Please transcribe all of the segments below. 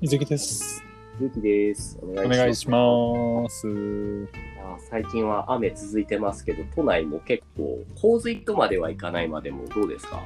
伊関です。 ゆうきです。おお願いします。 願いします。 最近は雨続いてますけど、都内も結構、洪水とまではいかないまでもどうですか？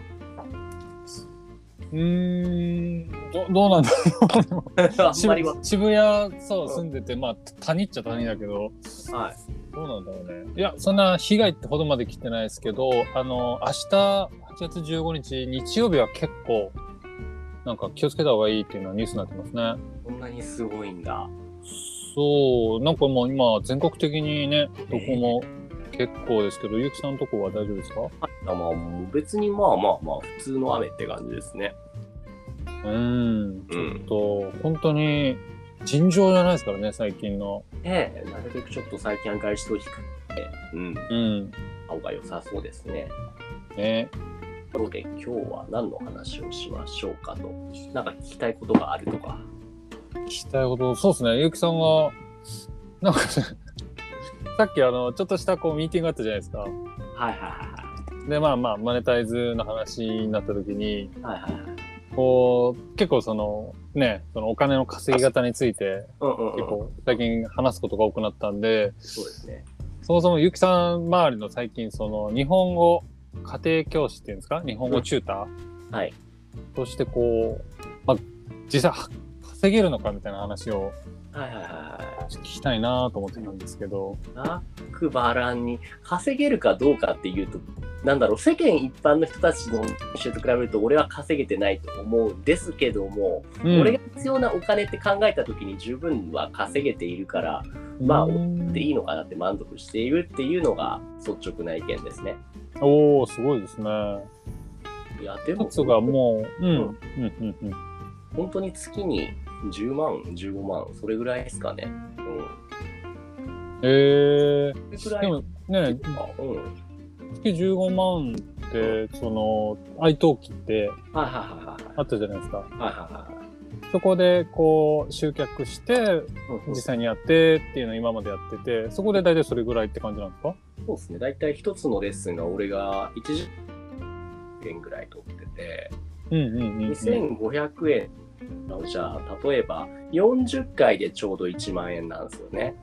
どうなんだろう。 あんまりは。 渋谷、そう、住んでて、まあ、谷っちゃ谷だけど、 はい。 どうなんだろうね。いや、そんな被害ってほどまで来てないですけど、明日、8月15日、日曜日は結構、なんか気をつけた方がいいっていうのはニュースになってますね。 こんなにすごいんだ。 そう、なんかもう今、全国的にね、どこも結構ですけど、ゆうきさんのとこは大丈夫ですか？ まあ、別にまあまあまあ、普通の雨って感じですね。 ちょっと、本当に、尋常じゃないですからね、最近の。 なるべくちょっと最近は外出を控えて、青が良さそうですね。 ね。 ところで今日は何の話をしましょうかと。なんか聞きたいことがあるとか。 聞きたいこと、そうですね、ゆうきさんが、なんかね、さっきちょっとしたこうミーティングあったじゃないですか。 はいはいはで、まあまあ、マネタイズの話になった時に、 いはい。はいはいはい。 こう、結構そのお金の稼ぎ方について、結構最近話すことが多くなったんで、 そうですね。 そもそもゆきさん周りの最近その日本語家庭教師っていうんですか、日本語チューター、 はい。 としてこう、まあ、実際稼げるのかみたいな話をはいはいはいは聞きたいなと思ってたんですけど。 い。ざっくばらんに稼げるかどうかっていうと、なんだろう、世間一般の人たちの収入と比べると俺は稼げてないと思うんですけども、俺が必要なお金って考えた時に十分は稼げているから、まあ、でいいのかなって満足しているっていうのが率直な意見ですね。 おー、すごいですね。 いや、でも、 一つがもう、 本当に月に10万、15万、それぐらいですかね。 それぐらいでもね、月15万って、その、愛登記ってあったじゃないですか。そこでこう集客して実際にやってっていうのを今までやってて、そこで大体それぐらいって感じなんですか？ そうですね。大体一つのレッスンが俺が1時間ぐらい取ってて、2500円じゃあ例えば40回でちょうど1万円なんですよね。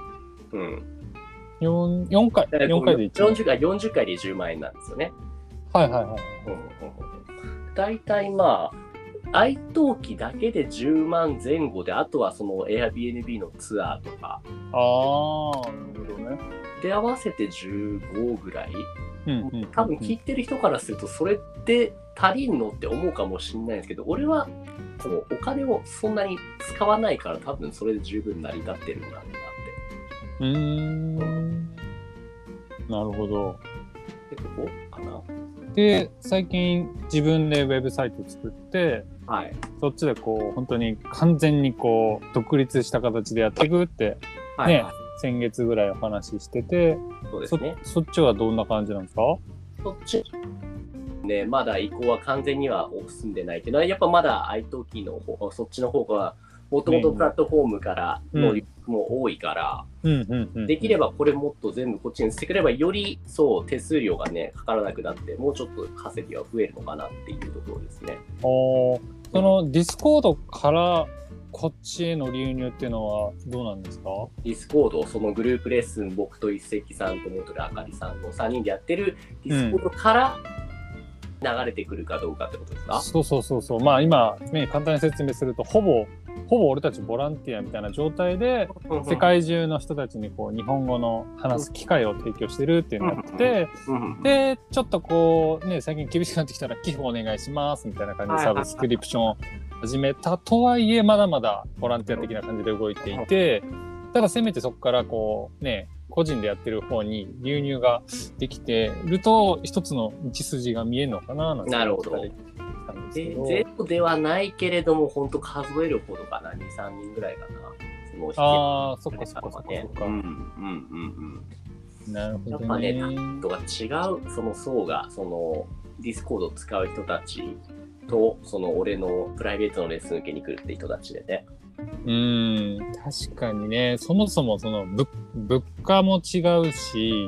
4回で1万円。 40回で10万円なんですよね。 はいはいはい。 大体まあ愛登記だけで10万前後で、あとはその Airbnb のツアーとか。 なるほどね。 で合わせて15ぐらい。多分聞いてる人からするとそれって足りんのって思うかもしれないですけど、俺はそのお金をそんなに使わないから多分それで十分成り立ってるんだろうなって。 なるほど。 で、ここかな。 で、最近自分でウェブサイト作って、そっちでこう本当に完全にこう独立した形でやっていくってね、先月ぐらいお話ししてて、 そうですね。 そっちはどんな感じなんですか？ そっちね、まだ移行は完全には進んでないけど、やっぱまだiTalkiの方、そっちの方がもともとプラットフォームからのリスクも多いから、できればこれもっと全部こっちにしてくれば、よりそう手数料がねかからなくなって、もうちょっと稼ぎは増えるのかなっていうところですね。 そのディスコードからこっちへの流入っていうのはどうなんですか？ ディスコード、そのグループレッスン、僕と一石さんと元であかりさんの3人でやってるディスコードから流れてくるかどうかってことですか？ そう。まあ今、ね、簡単に説明すると、ほぼ俺たちボランティアみたいな状態で、世界中の人たちにこう日本語の話す機会を提供してるっていうのをやってて、で、ちょっとこうね、最近厳しくなってきたら寄付お願いしますみたいな感じでサブスクリプションを始めたとはいえ、まだまだボランティア的な感じで動いていて、ただせめてそこからこうね、個人でやってる方に流入ができてると一つの道筋が見えるのかななんて。 なるほど。ゼロではないけれども、本当数えるほどかな、2、3人ぐらいかな。 そっか。なるほどね。 やっぱね、とが違う、その層が、そのディスコードを使う人たちと、その俺のプライベートのレッスン受けに来るって人たちでね。 確かにね、そもそもその物価も違うし、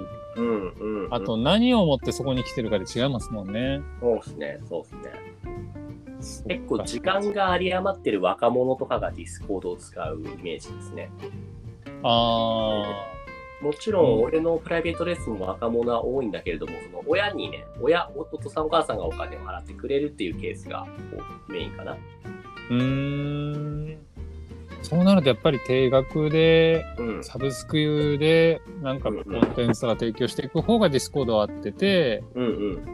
あと何をもってそこに来てるかで違いますもんね。 そうですね。 結構時間が有り余ってる若者とかがディスコードを使うイメージですね。 あもちろん俺のプライベートレッスンも若者は多いんだけれども、その親にね、お父さんお母さんがお金を払ってくれるっていうケースがメインかな。 そうなるとやっぱり定額で、 うん、 サブスクでなんかコンテンツとか提供していく方がディスコードは合ってて、 うんうん、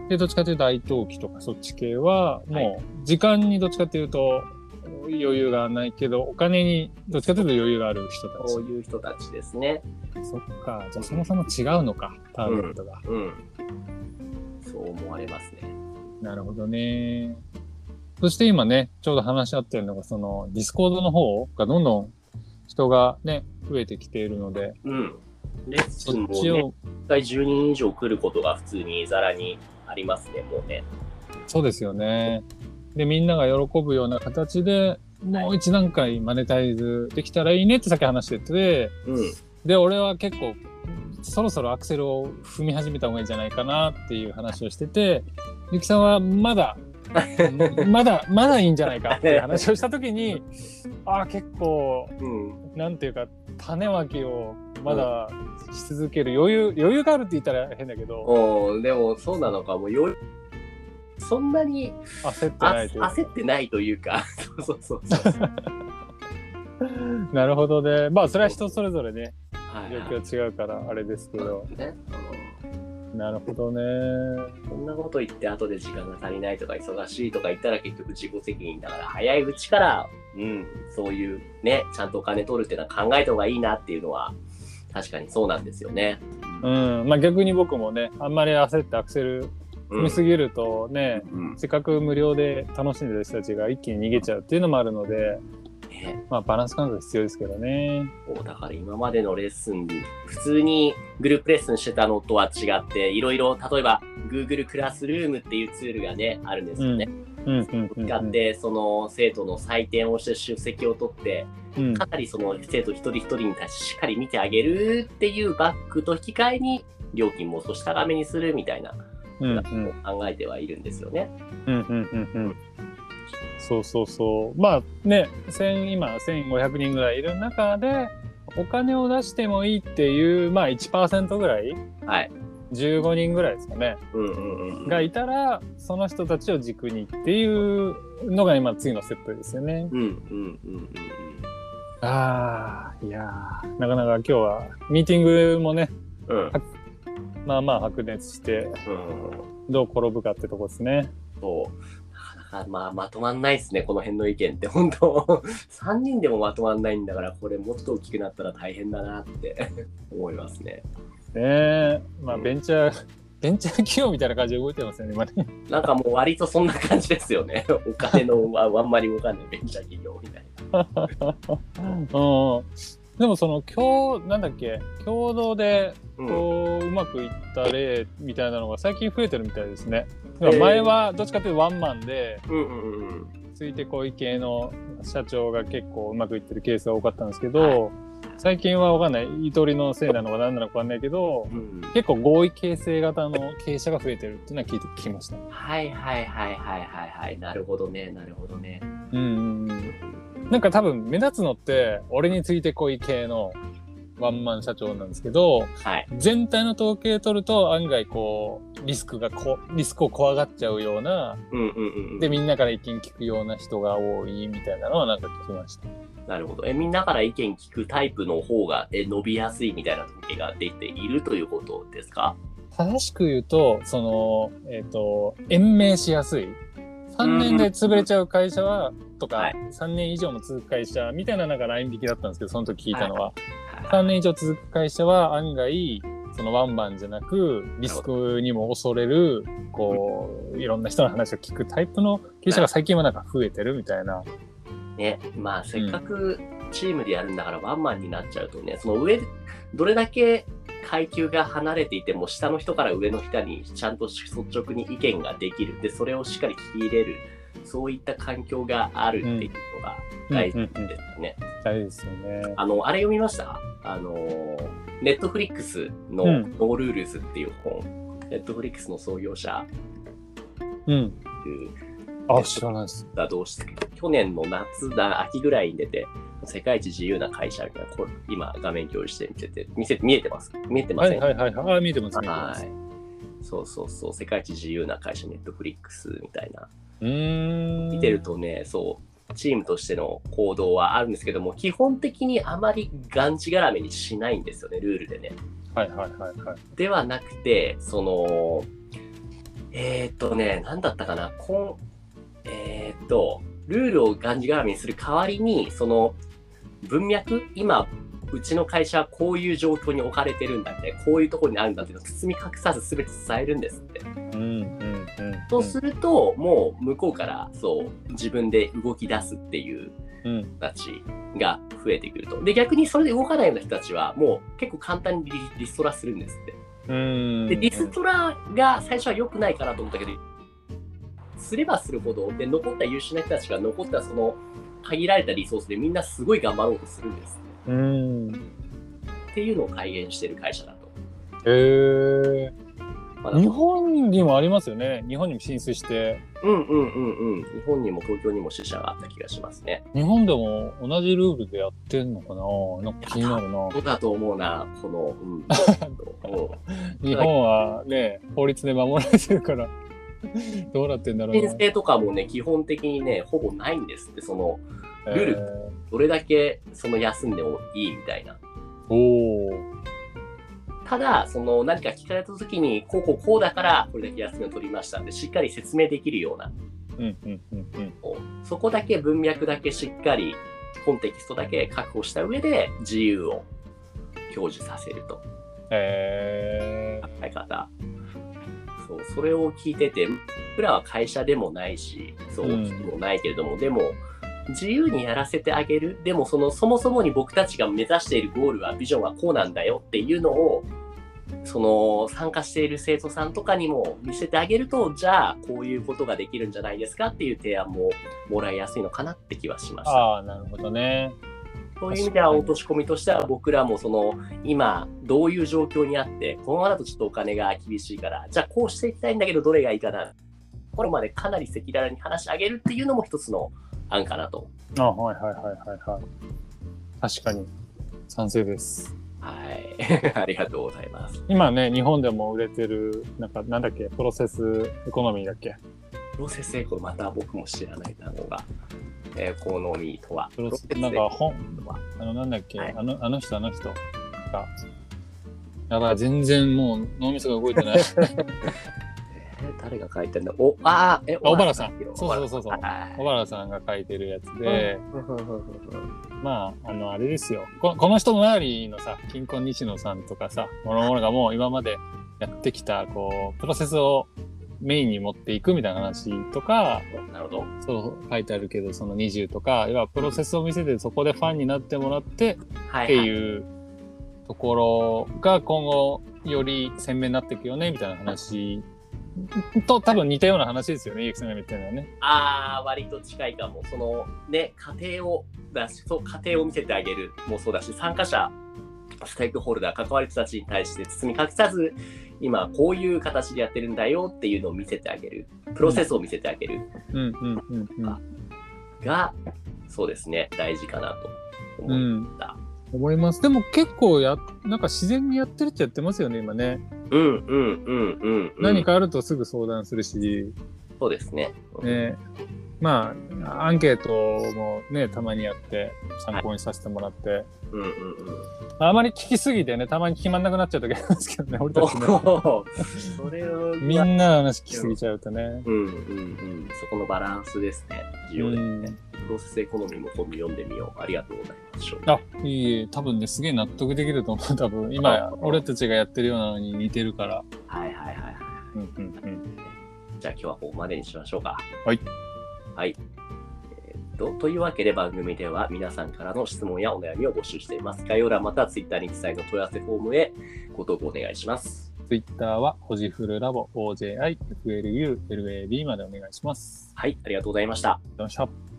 でどっちかというと愛登記とかそっち系はもう時間にどっちかというと余裕がないけどお金にどっちかというと余裕がある人たち。 そういう人たちですね。 そっか、じゃあそもそも違うのか、ターゲットが。 そう思われますね。 なるほどね。そして今ね、ちょうど話し合ってるのが、そのディスコードの方がどんどん人がね、増えてきているので、 レッスンもね、1回10人以上来ることが普通にざらにありますね、もうね。 そうですよね。で、みんなが喜ぶような形で、もう一段階マネタイズできたらいいねってさっき話してて、で、俺は結構、そろそろアクセルを踏み始めた方がいいんじゃないかなっていう話をしてて、ゆきさんはまだいいんじゃないかっていう話をしたときに、結構、なんていうか、種まきをまだし続ける余裕があるって言ったら変だけど。 でもそうなのか、もうそんなに焦ってないというか、そう。 なるほどね。まあそれは人それぞれね、状況違うからあれですけど。なるほどね。 そんなこと言って後で時間が足りないとか忙しいとか言ったら結局自己責任だから、早いうちからそういうね、ちゃんとお金取るっていうのは考えた方がいいなっていうのは確かにそうなんですよね。 まあ逆に僕もね、あんまり焦ってアクセル踏みすぎるとね、せっかく無料で楽しんでる人たちが一気に逃げちゃうっていうのもあるので、まあバランス感覚必要ですけどね。 だから今までのレッスン、普通にグループレッスンしてたのとは違って、いろいろ例えば Google クラスルームっていうツールがね、あるんですよね。使ってその生徒の採点をして出席を取って、かなりその生徒一人一人に対してしっかり見てあげるっていうバックと引き換えに料金も少し高めにするみたいな考えてはいるんですよね。 そう。まあね、今1500人ぐらいいる中で、お金を出してもいいっていう、まあ 1% ぐらい、15人ぐらいですかね、がいたら、その人たちを軸にっていうのが今次のステップですよね。いやー、なかなか今日はミーティングもね、まあまあ白熱して、どう転ぶかってとこですね。 まとまんないですね、この辺の意見って。本当3人でもまとまんないんだから、これもっと大きくなったら大変だなって思いますね。 まあベンチャー企業みたいな感じで動いてますよね、今ね。 なんかもう割とそんな感じですよね。お金のあんまり動かないベンチャー企業みたいな。 でもその共同でうまくいった例みたいなのが最近増えてるみたいですね。前はどっちかというとワンマンで、ついてこい系の社長が結構うまくいってるケースが多かったんですけど、最近は分かんない、ゆとりのせいなのか何なのか分かんないけど、結構合意形成型の経営者が増えてるっていうのは聞きました。 なるほどね。 なんか多分目立つのって俺についてこい系のワンマン社長なんですけど、全体の統計取ると案外こうリスクを怖がっちゃうような、でみんなから意見聞くような人が多いみたいなのはなんか聞きました。 なるほど。みんなから意見聞くタイプの方が伸びやすいみたいな統計が出ているということですか？ 正しく言うと延命しやすい。3年で潰れちゃう会社はとか、3年以上も続く会社みたいななんかライン引きだったんですけど、その時聞いたのは、3年以上続く会社は案外そのワンマンじゃなくリスクにも恐れるこういろんな人の話を聞くタイプの経営者が最近はなんか増えてるみたいな。 まあせっかくチームでやるんだからワンマンになっちゃうとね、その上どれだけ階級が離れていても下の人から上の人にちゃんと率直に意見ができる。で、それをしっかり聞き入れる。そういった環境があるっていうのが大事ですよね。 大事ですよね。 あれ読みました？ネットフリックスのノールールズっていう本。ネットフリックスの創業者。 あ、知らないです。 どうして去年の秋ぐらいに出て、世界一自由な会社みたいな、今画面共有して見えてます。見えてません？ はいはいはい。あ、見えてます。 はい。そう、世界一自由な会社、ネットフリックスみたいな。見てるとね、そう、チームとしての行動はあるんですけども、基本的にあまりがんじがらめにしないんですよね、ルールでね。 はいはいはいはい。 ではなくて、なんだったかな、ルールをがんじがらめにする代わりに、その文脈、今、うちの会社はこういう状況に置かれてるんだって、こういうところにあるんだっていうのを包み隠さず全て伝えるんですって。そうすると、もう向こうからそう自分で動き出すっていう人たちが増えてくると。で、逆にそれで動かないような人たちは、もう結構簡単にリストラするんですって。で、リストラが最初は良くないかなと思ったけど、すればするほど、で、残った優秀な人たちが残ったその限られたリソースでみんなすごい頑張ろうとするんですね。っていうのを改元してる会社だと。 日本にもありますよね。日本にも進出して。 日本にも東京にも支社があった気がしますね。 日本でも同じルールでやってんのかな。なんか気になるな。 そうだと思うな。 日本はね、法律で守られてるから。どうなってんだろうな。 申請とかもね、基本的にね、ほぼないんですって、そのルール、どれだけその休んでもいいみたいな。ただ、その何か聞かれたときに、こうだから、これだけ休みを取りましたんで、しっかり説明できるような。そこだけ文脈だけしっかり、コンテキストだけ確保した上で、自由を享受させると。考え方。それを聞いてて、僕らは会社でもないし、そうもないけれども、でも、自由にやらせてあげる。でも、そもそもに僕たちが目指しているゴールは、ビジョンはこうなんだよっていうのを、参加している生徒さんとかにも見せてあげると、じゃあ、こういうことができるんじゃないですかっていう提案ももらいやすいのかなって気はしました。 ああ、なるほどね。 そういう意味では落とし込みとしては僕らも今どういう状況にあってこのままだとちょっとお金が厳しいからじゃあこうしていきたいんだけどどれがいいかなこれまでかなり赤裸々に話し上げるっていうのも一つの案かなと。 はい。確かに賛成です。 はいありがとうございます。 今ね日本でも売れてるなんだっけプロセスエコノミーだっけ。 プロセスエコまた僕も知らない単語が。エコノミーとは。 なんかなんだっけ、あの人が、やばい、全然もう脳みそが動いてない。 誰が書いてんだ小原さん。そう。小原さんが書いてるやつで、まあ、あれですよ。この人の周りのさ、金婚西野さんとかさ、もろもろがもう今までやってきた、プロセスをメインに持っていくみたいな話とか、 なるほど。 そう書いてあるけど、その20とか、要はプロセスを見せてそこでファンになってもらって、っていうところが今後より鮮明になっていくよね、みたいな話と多分似たような話ですよね、ゆきさんが言ってるのはね。 割と近いかも。過程を見せてあげるもそうだし、参加者、ステークホルダー、関わる人たちに対して包み隠さず、今こういう形でやってるんだよっていうのを見せてあげる。プロセスを見せてあげる。が、そうですね、大事かなと思った。 思います。でも結構なんか自然にやってるっちゃやってますよね、今ね。何かあるとすぐ相談するし。 そうですね。 まあ、アンケートもね、たまにやって参考にさせてもらって。あまり聞きすぎてね、たまに決まんなくなっちゃう時ありますけどね、俺たちね。みんなの話聞きすぎちゃうとね。 そこのバランスですね。重要ですね。プロセスエコノミーも今度読んでみよう。ありがとうございます。 いい多分ね、すげえ納得できると思う。多分、今、俺たちがやってるようなのに似てるから。 じゃあ今日はここまでにしましょうか。 はい。 というわけで番組では皆さんからの質問やお悩みを募集しています。概要欄または Twitter に記載の問い合わせフォームへご投稿お願いします。 Twitter はホジフルラボ OJIFLULAB までお願いします。 はい、ありがとうございました。 ありがとうございました。